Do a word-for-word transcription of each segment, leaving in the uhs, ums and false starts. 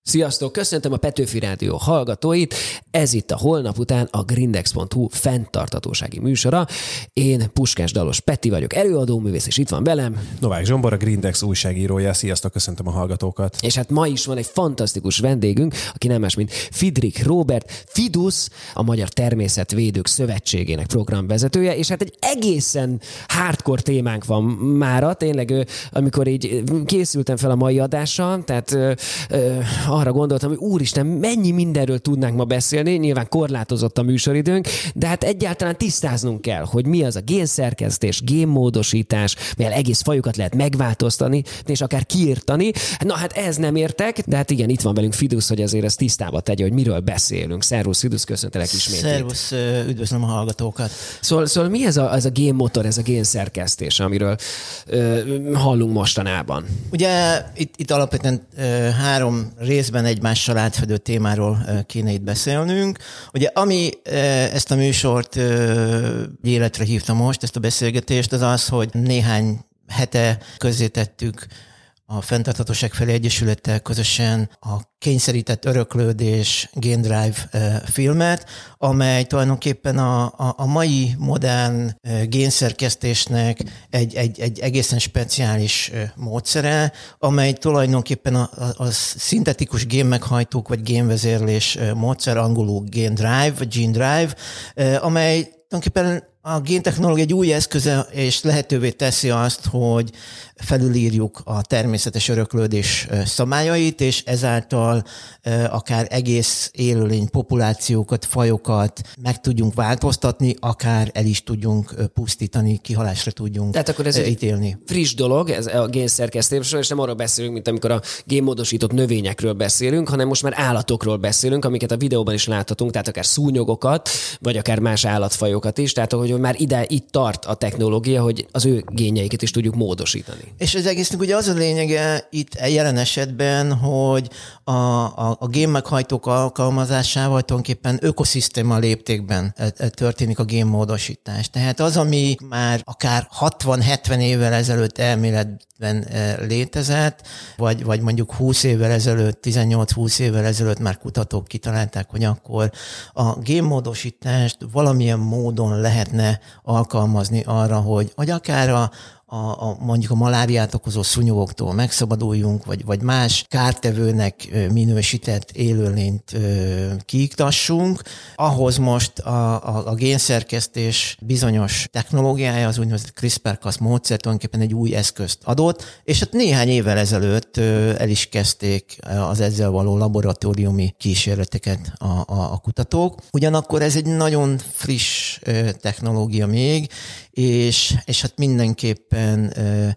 Sziasztok! Köszöntöm a Petőfi Rádió hallgatóit. Ez itt a Holnap után a grindex pont hu fenntarthatósági műsora. Én Puskás Dalos Peti vagyok, előadóművész, és itt van velem Novák Zsombor, a Grindex újságírója. Sziasztok, köszöntöm a hallgatókat. És hát ma is van egy fantasztikus vendégünk, aki nem más, mint Fidrik Róbert, Fidusz, a Magyar Természetvédők Szövetségének programvezetője, és hát egy egészen hardcore témánk van mára, tényleg amikor így készültem fel a mai adásra, tehát ö, ö, arra gondoltam, hogy úristen, mennyi mindenről tudnánk ma beszélni, nyilván korlátozott a műsoridőnk, de hát egyáltalán tisztáznunk kell, hogy mi az a génszerkesztés, génmódosítás, mivel egész fajokat lehet megváltoztatni, és akár kiirtani. Na hát ez nem értek, de hát igen, itt van velünk Fidusz, hogy azért ezt tisztába tegye, hogy miről beszélünk. Szervusz, Fidusz, köszöntelek ismét. Szervusz, üdvözlöm a hallgatókat. Szóval, szóval mi ez a, ez a génmotor, ez a génszerkesztés, amiről ö, hallunk mostanában? Ugye itt, itt alapvetően ö, három részben egymással átfedő témáról kéne itt beszélnünk. Ugye ami ezt a műsort életre hívta most, ezt a beszélgetést, az az, hogy néhány hete közzétettük a Fenntarthatóság felé Egyesülettel közösen a Kényszerített öröklődés Gendrive filmet, amely tulajdonképpen a, a, a mai modern génszerkesztésnek egy, egy, egy egészen speciális módszere, amely tulajdonképpen a, a, a szintetikus génmeghajtók vagy génvezérlés módszer, angolul Gendrive vagy Gendrive, amely tulajdonképpen a géntechnológia egy új eszköze, és lehetővé teszi azt, hogy felülírjuk a természetes öröklődés szabályait, és ezáltal akár egész élőlény populációkat, fajokat meg tudjunk változtatni, akár el is tudjunk pusztítani, kihalásra tudjunk Tehát akkor ez ítélni. Egy friss dolog, ez a génszerkesztésről, és nem arról beszélünk, mint amikor a génmódosított növényekről beszélünk, hanem most már állatokról beszélünk, amiket a videóban is láthatunk, tehát akár szúnyogokat, vagy akár más állatfajokat is, tehát hogy már ide itt tart a technológia, hogy az ő génjeiket is tudjuk módosítani. És az egésznek ugye az a lényege itt jelen esetben, hogy a, a, a génmeghajtók alkalmazásával tulajdonképpen ökoszisztéma léptékben történik a génmódosítás. Tehát az, ami már akár hatvan-hetven évvel ezelőtt elméletben létezett, vagy, vagy mondjuk húsz évvel ezelőtt, tizennyolc-húsz évvel ezelőtt már kutatók kitalálták, hogy akkor a génmódosítást valamilyen módon lehetne alkalmazni arra, hogy, hogy akár a A, a, mondjuk a maláriát okozó szúnyogoktól megszabaduljunk, vagy, vagy más kártevőnek minősített élőlényt ö, kiiktassunk. Ahhoz most a, a, a génszerkesztés bizonyos technológiája, az úgynevezett CRISPR-Cas módszer tulajdonképpen egy új eszközt adott, és hát néhány évvel ezelőtt ö, el is kezdték az ezzel való laboratóriumi kísérleteket a, a, a kutatók. Ugyanakkor ez egy nagyon friss ö, technológia még, és, és hát mindenképpen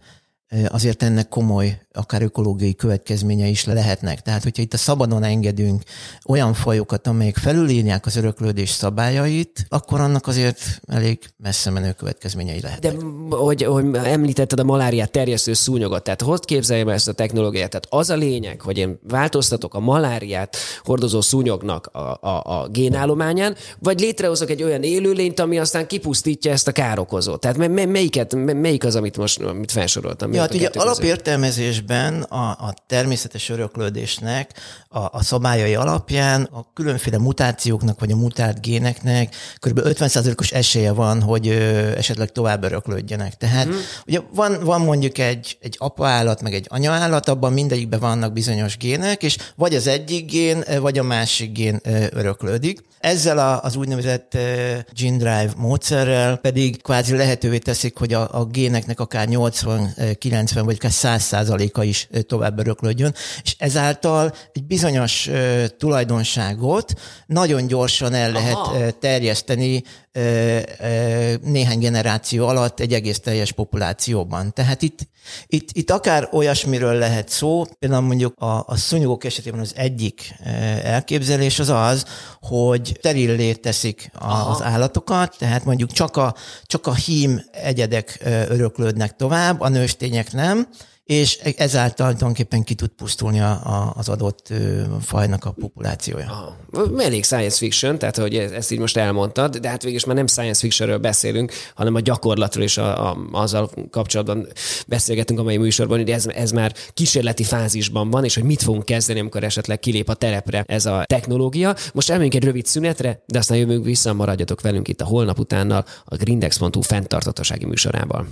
azért ennek komoly, akár ökológiai következményei is lehetnek. Tehát, hogyha itt a szabadon engedünk olyan fajokat, amelyek felülírják az öröklődés szabályait, akkor annak azért elég messze menő következményei lehetnek. De hogy, hogy említetted a maláriát terjesztő szúnyogot, tehát hogy képzeljem ezt a technológiát? Tehát az a lényeg, hogy én változtatok a maláriát hordozó szúnyognak a, a, a génállományán, vagy létrehozok egy olyan élőlényt, ami aztán kipusztítja ezt a károkozót. Tehát melyiket, melyik az, amit most amit felsoroltam? Ja, hát ugye alapértelmezésben a, a természetes öröklődésnek a, a szabályai alapján a különféle mutációknak vagy a mutált géneknek kb. ötven százalékos esélye van, hogy ö, esetleg tovább öröklődjenek. Tehát hmm. ugye van, van mondjuk egy, egy apaállat, meg egy anyaállat, abban mindegyikben vannak bizonyos gének, és vagy az egyik gén, vagy a másik gén öröklődik. Ezzel a, az úgynevezett Gendrive módszerrel pedig kvázi lehetővé teszik, hogy a, a géneknek akár nyolcvan, kilencven vagy akár száz százaléka is tovább öröklődjön, és ezáltal egy bizonyos uh, tulajdonságot nagyon gyorsan el lehet uh, terjeszteni uh, uh, néhány generáció alatt egy egész teljes populációban. Tehát itt, itt, itt akár olyasmiről lehet szó, például mondjuk a, a szúnyogok esetében az egyik uh, elképzelés az az, hogy sterillé teszik a, az állatokat, tehát mondjuk csak a, csak a hím egyedek uh, öröklődnek tovább, a nőstények nem, és ezáltal tulajdonképpen ki tud pusztulni a, a, az adott fajnak a populációja. Ah, elég science fiction, tehát hogy ezt így most elmondtad, de hát végülis már nem science fictionről beszélünk, hanem a gyakorlatról és a, a, azzal kapcsolatban beszélgetünk a mai műsorban, hogy ez, ez már kísérleti fázisban van, és hogy mit fogunk kezdeni, amikor esetleg kilép a terepre ez a technológia. Most elmegyünk egy rövid szünetre, de aztán jövünk vissza, maradjatok velünk itt a holnap utánnal a grindex pont hu fenntarthatósági műsorában.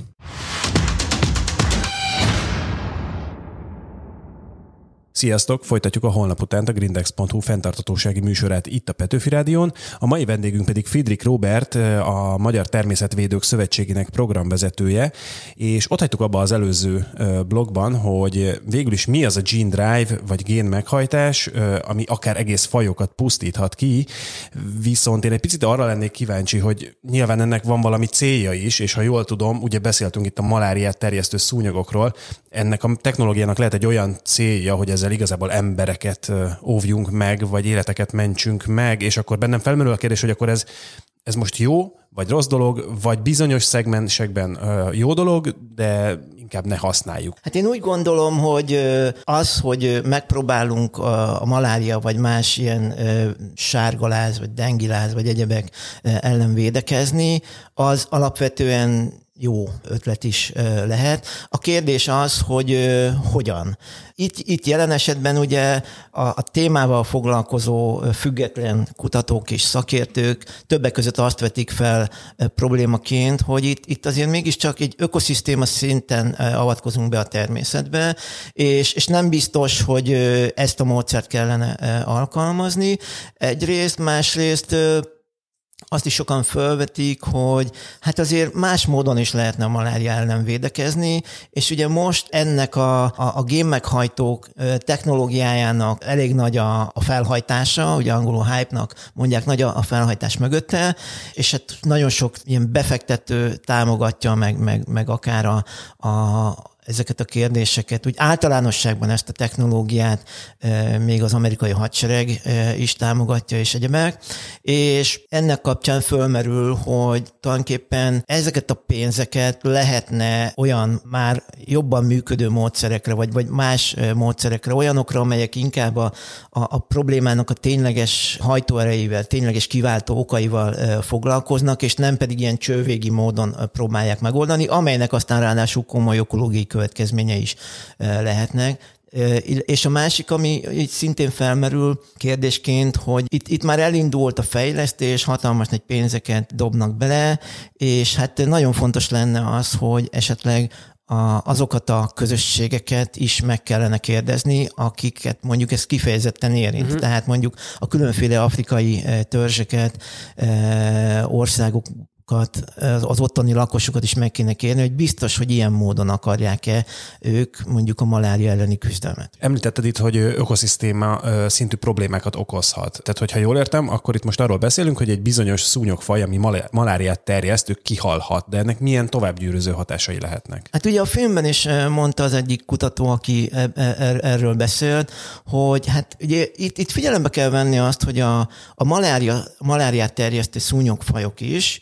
Sziasztok! Folytatjuk a holnap utánt a grindex pont hu fenntarthatósági műsorát itt a Petőfi Rádión. A mai vendégünk pedig Fidrik Róbert, a Magyar Természetvédők Szövetségének programvezetője, és ott hagytuk abba az előző blogban, hogy végül is mi az a gene drive, vagy gén meghajtás, ami akár egész fajokat pusztíthat ki, viszont én egy picit arra lennék kíváncsi, hogy nyilván ennek van valami célja is, és ha jól tudom, ugye beszéltünk itt a maláriát terjesztő szúnyogokról, ennek a technológiának lehet egy olyan célja, hogy ezzel igazából embereket óvjunk meg, vagy életeket mentsünk meg, és akkor bennem felmerül a kérdés, hogy akkor ez, ez most jó, vagy rossz dolog, vagy bizonyos szegmensekben jó dolog, de inkább ne használjuk. Hát én úgy gondolom, hogy az, hogy megpróbálunk a malária, vagy más ilyen sárgaláz, vagy dengiláz, vagy egyebek ellen védekezni, az alapvetően jó ötlet is lehet. A kérdés az, hogy hogyan. Itt, itt jelen esetben ugye a, a témával foglalkozó független kutatók és szakértők többek között azt vetik fel problémaként, hogy itt, itt azért mégiscsak egy ökoszisztéma szinten avatkozunk be a természetbe, és, és nem biztos, hogy ezt a módszert kellene alkalmazni. Egyrészt, másrészt azt is sokan felvetik, hogy hát azért más módon is lehetne a malária ellen védekezni, és ugye most ennek a, a, a génmeghajtók technológiájának elég nagy a, a felhajtása, ugye angolul hype-nak mondják, nagy a, a felhajtás mögötte, és hát nagyon sok ilyen befektető támogatja, meg, meg, meg akár a, a ezeket a kérdéseket, úgy általánosságban ezt a technológiát e, még az amerikai hadsereg e, is támogatja, és egyebek, és ennek kapcsán fölmerül, hogy tulajdonképpen ezeket a pénzeket lehetne olyan már jobban működő módszerekre, vagy, vagy más módszerekre, olyanokra, amelyek inkább a, a, a problémának a tényleges hajtóerejével, tényleges kiváltó okaival e, foglalkoznak, és nem pedig ilyen csővégi módon próbálják megoldani, amelynek aztán ráadásul komoly ökológiai következménye is lehetnek. És a másik, ami így szintén felmerül kérdésként, hogy itt, itt már elindult a fejlesztés, hatalmas nagy pénzeket dobnak bele, és hát nagyon fontos lenne az, hogy esetleg a, azokat a közösségeket is meg kellene kérdezni, akiket mondjuk ez kifejezetten érint. Uh-huh. Tehát mondjuk a különféle afrikai törzseket, országok, az ottani lakosokat is meg kéne kérni, hogy biztos, hogy ilyen módon akarják-e ők mondjuk a malária elleni küzdelmet. Említetted itt, hogy ökoszisztéma szintű problémákat okozhat. Tehát, hogyha jól értem, akkor itt most arról beszélünk, hogy egy bizonyos szúnyogfaj, ami maláriát terjeszt, ő kihalhat, de ennek milyen továbbgyűrűző hatásai lehetnek? Hát ugye a filmben is mondta az egyik kutató, aki erről beszélt, hogy hát ugye itt, itt figyelembe kell venni azt, hogy a, a malária, maláriát terjesztő szúnyogfajok is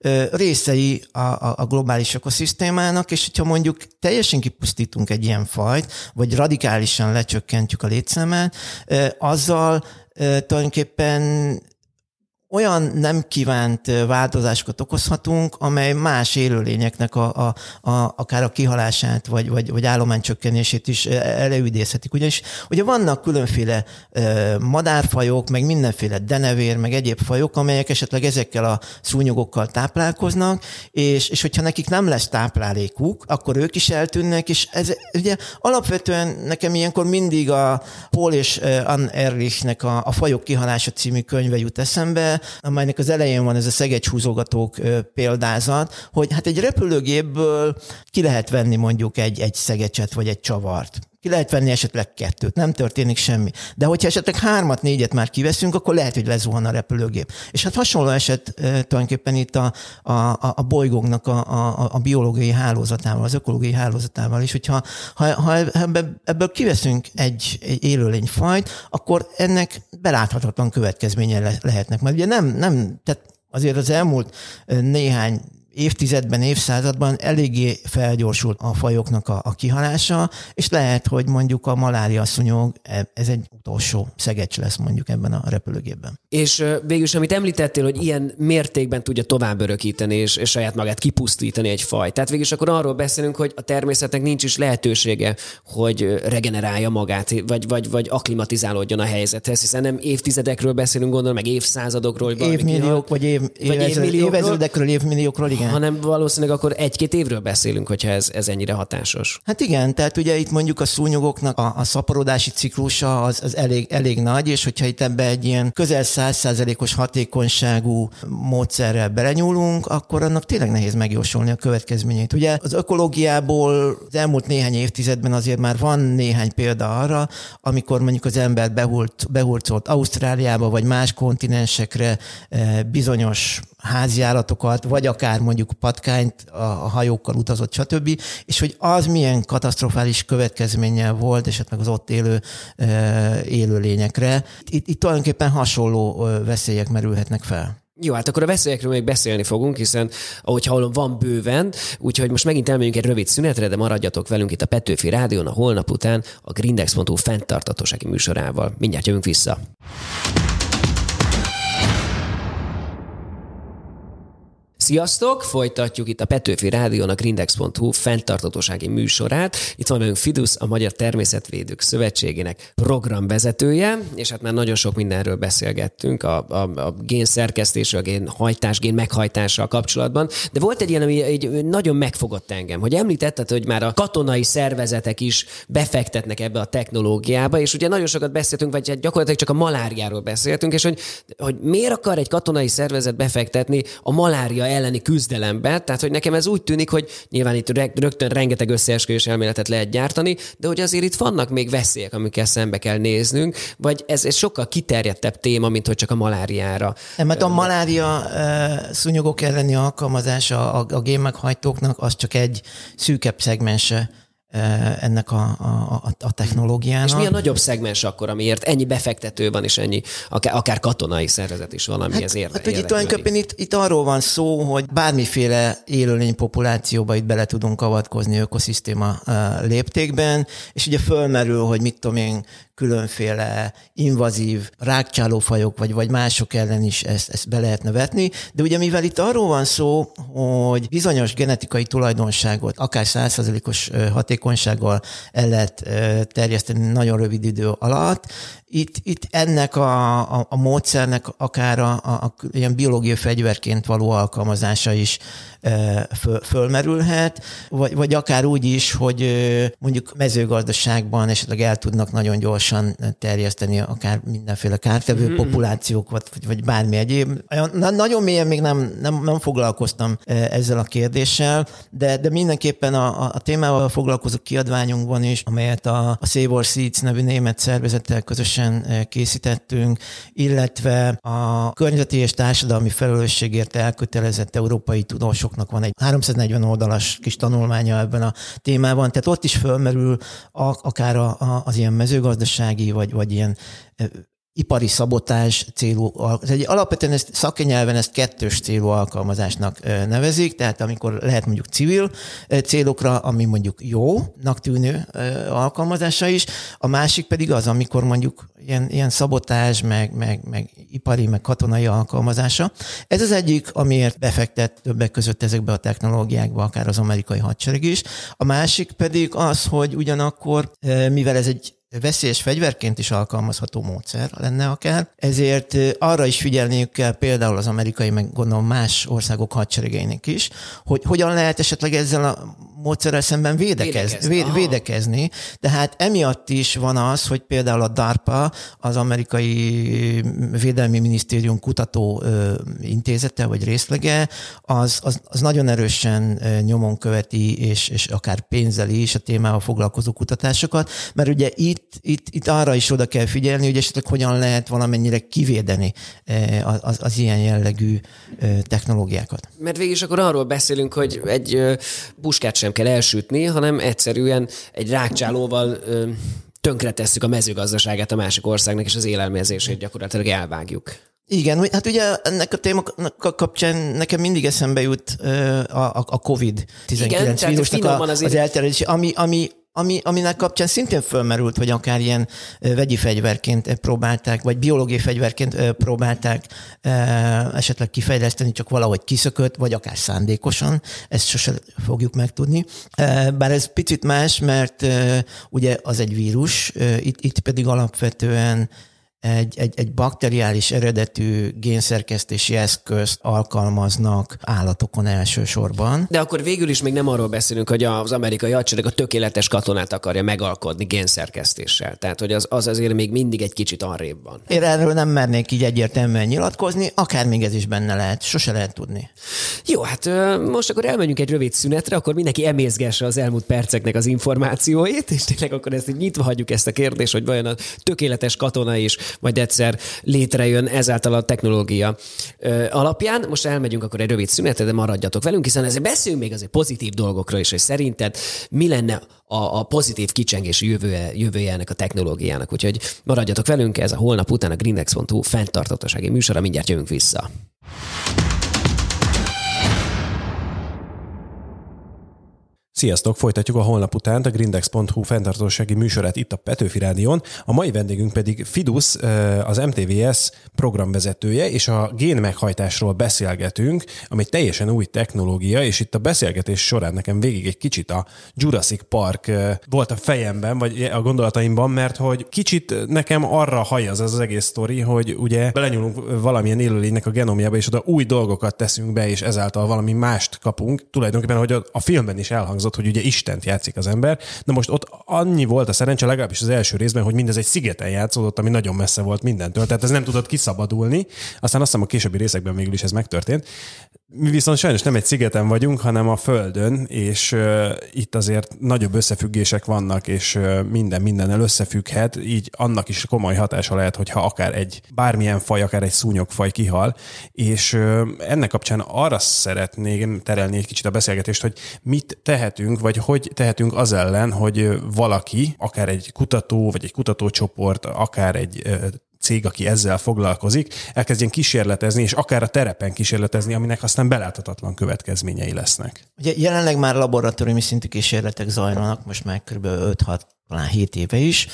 részei a, a, a globális ökoszisztémának, és hogyha mondjuk teljesen kipusztítunk egy ilyen fajt, vagy radikálisan lecsökkentjük a létszámát, azzal tulajdonképpen olyan nem kívánt változásokat okozhatunk, amely más élőlényeknek a, a, a, akár a kihalását, vagy, vagy, vagy állománycsökkenését is előidézhetik. Ugyanis ugye vannak különféle madárfajok, meg mindenféle denevér, meg egyéb fajok, amelyek esetleg ezekkel a szúnyogokkal táplálkoznak, és, és hogyha nekik nem lesz táplálékuk, akkor ők is eltűnnek, és ez ugye alapvetően nekem ilyenkor mindig a Paul és Ann Ehrlichnek a, a Fajok kihalása című könyve jut eszembe, amelynek az elején van ez a szegecshúzogatók példázat, hogy hát egy repülőgépből ki lehet venni mondjuk egy, egy szegecset vagy egy csavart. Ki lehet venni esetleg kettőt, nem történik semmi. De hogyha esetleg hármat, négyet már kiveszünk, akkor lehet, hogy lezuhan a repülőgép. És hát hasonló eset tulajdonképpen itt a, a, a bolygóknak a, a, a biológiai hálózatával, az ökológiai hálózatával is, hogyha ha, ha ebből kiveszünk egy, egy élőlényfajt, akkor ennek beláthatatlan következménye lehetnek. Mert ugye nem, nem tehát azért az elmúlt néhány évtizedben, évszázadban eléggé felgyorsult a fajoknak a, a kihalása, és lehet, hogy mondjuk a malária szúnyog, ez egy utolsó szegecs lesz mondjuk ebben a repülőgépben. És végülis, amit említettél, hogy ilyen mértékben tudja tovább örökíteni, és, és saját magát kipusztítani egy faj. Tehát végülis akkor arról beszélünk, hogy a természetnek nincs is lehetősége, hogy regenerálja magát, vagy, vagy, vagy akklimatizálódjon a helyzethez, hiszen nem évtizedekről beszélünk, gondolom, meg évszázadokról. Évmilliók, vagy, év, vagy évmilliókról, évezredekről, évmilliókról, igen. Hanem valószínűleg akkor egy-két évről beszélünk, hogyha ez, ez ennyire hatásos. Hát igen, tehát ugye itt mondjuk a szúnyogoknak a, a szaporodási ciklusa az, az elég, elég nagy, és hogyha itt ebbe egy ilyen közel száz százalékos hatékonyságú módszerrel belenyúlunk, akkor annak tényleg nehéz megjósolni a következményeit. Ugye az ökológiából az elmúlt néhány évtizedben azért már van néhány példa arra, amikor mondjuk az ember behult, behurcolt Ausztráliába, vagy más kontinensekre bizonyos háziállatokat, vagy akár mondjuk patkányt a hajókkal utazott, stb. És hogy az milyen katasztrofális következménnyel volt, és hát meg az ott élő élőlényekre. Itt, itt tulajdonképpen hasonló veszélyek merülhetnek fel. Jó, hát akkor a veszélyekről még beszélni fogunk, hiszen ahogy hallom, van bőven, úgyhogy most megint elmegyünk egy rövid szünetre, de maradjatok velünk itt a Petőfi Rádión a holnap után a grindex pont hu fenntarthatósági műsorával. Mindjárt jövünk vissza. Sziasztok! Folytatjuk itt a Petőfi Rádión a grindex pont hu fenntarthatósági műsorát. Itt van velünk Fidusz, a Magyar Természetvédők Szövetségének programvezetője, és hát már nagyon sok mindenről beszélgettünk a, a, a génszerkesztésről, a génhajtás, gén meghajtással kapcsolatban, de volt egy ilyen, ami egy, nagyon megfogott engem, hogy említetted, hogy már a katonai szervezetek is befektetnek ebbe a technológiába, és ugye nagyon sokat beszéltünk, vagy hát gyakorlatilag csak a maláriáról beszéltünk, és hogy, hogy miért akar egy katonai szervezet befektetni a malária elleni küzdelembe, tehát hogy nekem ez úgy tűnik, hogy nyilván itt rögtön rengeteg összeesküvés elméletet lehet gyártani, de hogy azért itt vannak még veszélyek, amikkel szembe kell néznünk, vagy ez, ez sokkal kiterjedtebb téma, mint hogy csak a maláriára. Nem, mert a malária szúnyogok elleni alkalmazása a, a génmeghajtóknak az csak egy szűkebb szegmense ennek a, a, a technológiának. És mi a nagyobb szegmens akkor, amiért ennyi befektető van, és ennyi, akár, akár katonai szervezet is van, ami hát, ez érde, hát, itt tulajdonképpen itt, itt arról van szó, hogy bármiféle élőlény populációba itt bele tudunk avatkozni ökoszisztéma léptékben, és ugye fölmerül, hogy mit tudom én, különféle invazív rákcsálófajok, vagy, vagy mások ellen is ezt, ezt be lehetne vetni. De ugye mivel itt arról van szó, hogy bizonyos genetikai tulajdonságot, akár száz százalékos hatékonysággal el lehet terjeszteni nagyon rövid idő alatt, Itt, itt ennek a, a, a módszernek akár a, a, a ilyen biológiai fegyverként való alkalmazása is e, föl, fölmerülhet, vagy, vagy akár úgy is, hogy mondjuk mezőgazdaságban esetleg el tudnak nagyon gyorsan terjeszteni akár mindenféle kártevő mm-hmm. populációkat, vagy, vagy bármi egyéb. Na, nagyon mélyen még nem, nem, nem foglalkoztam ezzel a kérdéssel, de, de mindenképpen a, a témával foglalkozó kiadványunkban is, amelyet a, a Save Our Seeds nevű német szervezettel közösen készítettünk, illetve a környezeti és társadalmi felelősségért elkötelezett európai tudósoknak van egy háromszáznegyven oldalas kis tanulmánya ebben a témában, tehát ott is fölmerül a, akár a, a, az ilyen mezőgazdasági, vagy, vagy ilyen ipari szabotás célú, egy alapvetően ezt szaknyelven ezt kettős célú alkalmazásnak nevezik, tehát amikor lehet mondjuk civil célokra, ami mondjuk jónak tűnő alkalmazása is, a másik pedig az, amikor mondjuk ilyen, ilyen szabotás, meg, meg, meg ipari, meg katonai alkalmazása. Ez az egyik, amiért befektet többek között ezekbe a technológiákba, akár az amerikai hadsereg is. A másik pedig az, hogy ugyanakkor, mivel ez egy veszélyes fegyverként is alkalmazható módszer lenne akár. Ezért arra is figyelniük kell például az amerikai, meg gondolom más országok hadseregeinek is, hogy hogyan lehet esetleg ezzel a módszerrel szemben védekezni. Védekezni. védekezni. Tehát emiatt is van az, hogy például a DARPA, az amerikai Védelmi Minisztérium kutató intézete vagy részlege, az, az, az nagyon erősen nyomon követi, és, és akár pénzzel is a témával foglalkozó kutatásokat, mert ugye itt Itt, itt arra is oda kell figyelni, hogy esetleg hogyan lehet valamennyire kivédeni az, az ilyen jellegű technológiákat. Mert végig is akkor arról beszélünk, hogy egy puskát sem kell elsütni, hanem egyszerűen egy rákcsálóval tönkretesszük a mezőgazdaságát a másik országnak, és az élelmezését gyakorlatilag elvágjuk. Igen, hát ugye ennek a témának kapcsán nekem mindig eszembe jut a, a, a kovid tizenkilenc vírusnak a, az elterjedés, ami, ami Ami, aminek kapcsán szintén fölmerült, hogy akár ilyen vegyi fegyverként próbálták, vagy biológiai fegyverként próbálták esetleg kifejleszteni, csak valahogy kiszökött, vagy akár szándékosan, ezt sose fogjuk megtudni. Bár ez picit más, mert ugye az egy vírus, itt, itt pedig alapvetően Egy, egy, egy bakteriális eredetű génszerkesztési eszközt alkalmaznak állatokon elsősorban. De akkor végül is még nem arról beszélünk, hogy az amerikai hadsereg a tökéletes katonát akarja megalkotni génszerkesztéssel. Tehát, hogy az, az azért még mindig egy kicsit arrébb van. Én erről nem mernék így egyértelműen nyilatkozni, akár még ez is benne lehet, sose lehet tudni. Jó, hát most akkor elmenjünk egy rövid szünetre, akkor mindenki emészgesse az elmúlt perceknek az információit, és tényleg akkor ezt így nyitva hagyjuk ezt a kérdést, hogy vajon a tökéletes katona is majd egyszer létrejön ezáltal a technológia ö, alapján. Most elmegyünk akkor egy rövid szünetre, de maradjatok velünk, hiszen ezért beszéljünk még azért pozitív dolgokról is, hogy szerinted mi lenne a, a pozitív kicsengési jövője, jövője ennek a technológiának. Úgyhogy maradjatok velünk, ez a holnap után a grindex pont hu fenntarthatósági műsora, mindjárt jövünk vissza. Sziasztok! Folytatjuk a holnap után a grindex pont hu fenntarthatósági műsorát itt a Petőfi Rádión. A mai vendégünk pedig Fidusz, az em té vé es programvezetője, és a génmeghajtásról beszélgetünk, ami teljesen új technológia, és itt a beszélgetés során nekem végig egy kicsit a Jurassic Park volt a fejemben, vagy a gondolataimban, mert hogy kicsit nekem arra hajaz ez az egész sztori, hogy ugye belenyúlunk valamilyen élőlénynek a genomjába, és oda új dolgokat teszünk be, és ezáltal valami mást kapunk. Tulajdonképpen, hogy a filmben is elhangzott, hogy ugye Istent játszik az ember, de most ott annyi volt a szerencse, legalábbis az első részben, hogy mindez egy szigeten játszódott, ami nagyon messze volt mindentől, tehát ez nem tudott kiszabadulni, aztán azt hiszem a későbbi részekben végül is ez megtörtént. Mi viszont sajnos nem egy szigeten vagyunk, hanem a Földön, és uh, itt azért nagyobb összefüggések vannak, és uh, minden mindennel összefügghet, így annak is komoly hatása lehet, hogyha akár egy bármilyen faj, akár egy szúnyogfaj kihal, és uh, ennek kapcsán arra szeretnék terelni egy kicsit a beszélgetést, hogy mit tehetünk, vagy hogy tehetünk az ellen, hogy valaki, akár egy kutató, vagy egy kutatócsoport, akár egy uh, cég, aki ezzel foglalkozik, elkezdjen kísérletezni, és akár a terepen kísérletezni, aminek aztán beláthatatlan következményei lesznek. Ugye jelenleg már laboratóriumi szintű kísérletek zajlanak, most már kb. öt-hat talán hét éve is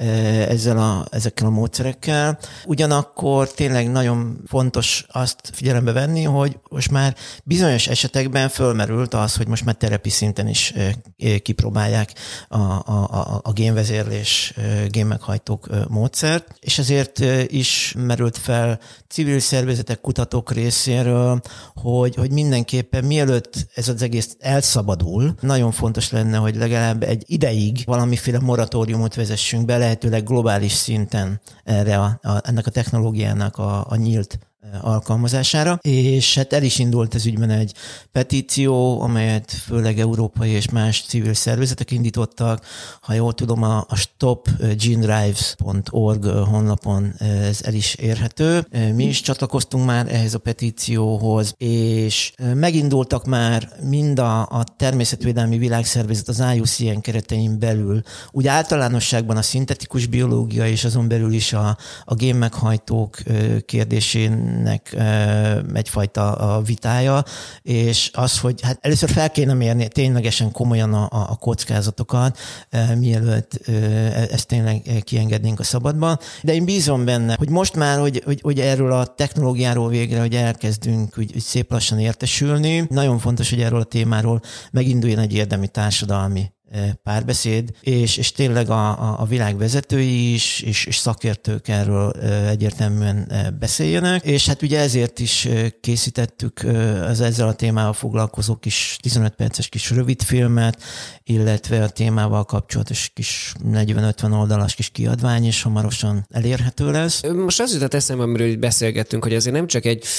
ezzel a, ezekkel a módszerekkel. Ugyanakkor tényleg nagyon fontos azt figyelembe venni, hogy most már bizonyos esetekben fölmerült az, hogy most már terepi szinten is kipróbálják a, a, a génvezérlés, génmeghajtók módszert, és ezért is merült fel civil szervezetek, kutatók részéről, hogy, hogy mindenképpen mielőtt ez az egész elszabadul, nagyon fontos lenne, hogy legalább egy ideig valamiféle moratóriumot vezessünk be, lehetőleg globális szinten erre a, a, ennek a technológiának a, a nyílt alkalmazására, és hát el is indult ez ügyben egy petíció, amelyet főleg európai és más civil szervezetek indítottak. Ha jól tudom, a, a stop gene drives pont org honlapon ez el is érhető. Mi is csatlakoztunk már ehhez a petícióhoz, és megindultak már mind a, a Természetvédelmi Világszervezet, az i u cé en keretein belül, úgy általánosságban a szintetikus biológia és azon belül is a, a génmeghajtók kérdésén nek egyfajta a vitája, és az, hogy hát először fel kéne mérni ténylegesen komolyan a, a kockázatokat, mielőtt ezt tényleg kiengednénk a szabadba. De én bízom benne, hogy most már, hogy, hogy, hogy erről a technológiáról végre, hogy elkezdünk úgy, úgy szép lassan értesülni. Nagyon fontos, hogy erről a témáról meginduljon egy érdemi társadalmi párbeszéd, és, és tényleg a, a, a világ vezetői is, és, és szakértők erről egyértelműen beszéljenek, és hát ugye ezért is készítettük az ezzel a témával foglalkozó kis tizenöt perces kis rövidfilmet, illetve a témával kapcsolatos kis negyven-ötven oldalas kis kiadvány, és hamarosan elérhető lesz. Most az jutott eszembe, amiről beszélgettünk, hogy azért nem csak egy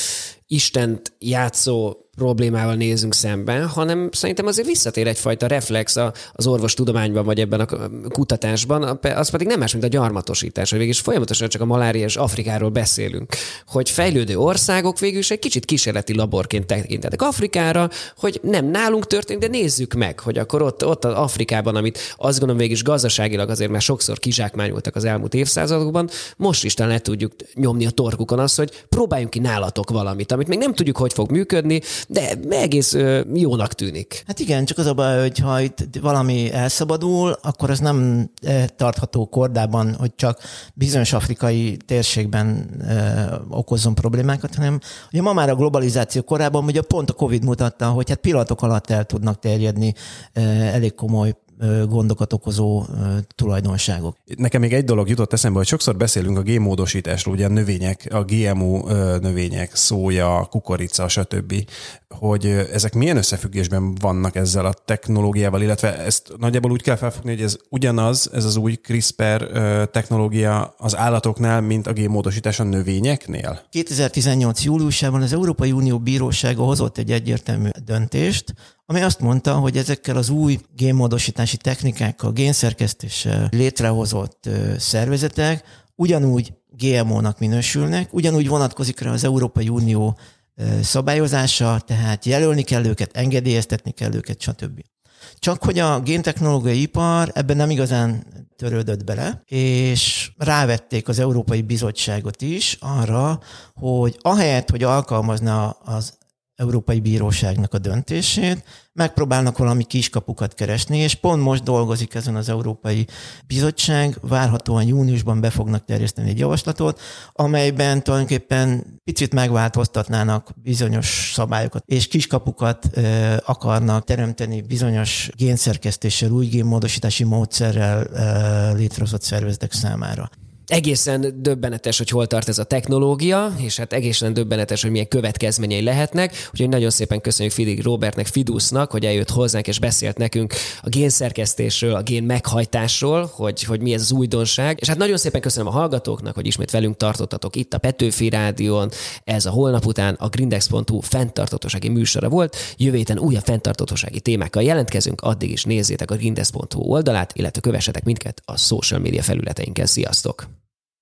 Istent játszó problémával nézünk szemben, hanem szerintem azért visszatér egyfajta reflex az orvostudományban, vagy ebben a kutatásban, az pedig nem más, mint a gyarmatosítás, hogy végülis folyamatosan csak a malária és Afrikáról beszélünk, hogy fejlődő országok végülis egy kicsit kísérleti laborként tekintenek Afrikára, hogy nem nálunk történik, de nézzük meg, hogy akkor ott, ott az Afrikában, amit azt gondolom végülis gazdaságilag azért már sokszor kizsákmányoltak az elmúlt évszázadokban, most is talán le tudjuk nyomni a torkukon azt, hogy próbáljunk ki nálatok valamit, amit még nem tudjuk, hogy fog működni, de egész ö, jónak tűnik. Hát igen, csak az a baj, hogy ha itt valami elszabadul, akkor az nem tartható kordában, hogy csak bizonyos afrikai térségben ö, okozzon problémákat, hanem ugye ma már a globalizáció korában ugye pont a Covid mutatta, hogy hát pillanatok alatt el tudnak terjedni ö, elég komoly gondokat okozó tulajdonságok. Nekem még egy dolog jutott eszembe, hogy sokszor beszélünk a génmódosításról, ugye a növények, a gé em o növények, szója, kukorica, stb., hogy ezek milyen összefüggésben vannak ezzel a technológiával, illetve ezt nagyjából úgy kell felfogni, hogy ez ugyanaz, ez az új CRISPR technológia az állatoknál, mint a génmódosítás a növényeknél? kétezer-tizennyolc júliusában az Európai Unió Bírósága hozott egy egyértelmű döntést, ami azt mondta, hogy ezekkel az új génmódosítási technikákkal, génszerkesztéssel létrehozott szervezetek ugyanúgy gé em o-nak minősülnek, ugyanúgy vonatkozik rá az Európai Unió szabályozása, tehát jelölni kell őket, engedélyeztetni kell őket, stb. Csak hogy a géntechnológiai ipar ebben nem igazán törődött bele, és rávették az Európai Bizottságot is arra, hogy ahelyett, hogy alkalmazna az Európai Bíróságnak a döntését, megpróbálnak valami kiskapukat keresni, és pont most dolgozik ezen az Európai Bizottság, várhatóan júniusban be fognak terjeszteni egy javaslatot, amelyben tulajdonképpen picit megváltoztatnának bizonyos szabályokat, és kiskapukat e, akarnak teremteni bizonyos génszerkesztéssel, új génmódosítási módszerrel e, létrehozott szervezetek számára. Egészen döbbenetes, hogy hol tart ez a technológia, és hát egészen döbbenetes, hogy milyen következményei lehetnek. Úgyhogy nagyon szépen köszönjük Fidrik Róbertnek, Fidusznak, hogy eljött hozzánk és beszélt nekünk a génszerkesztésről, a gén meghajtásról, hogy, hogy mi ez az újdonság. És hát nagyon szépen köszönöm a hallgatóknak, hogy ismét velünk tartottatok itt a Petőfi Rádión. Ez a holnap után a grindex pont hu fenntarthatósági műsora volt. Jövő héten újabb fenntarthatósági témákkal jelentkezünk, addig is nézzétek a grindex pont hu oldalát, illetve kövessetek minket a social media felületeinken. Sziasztok!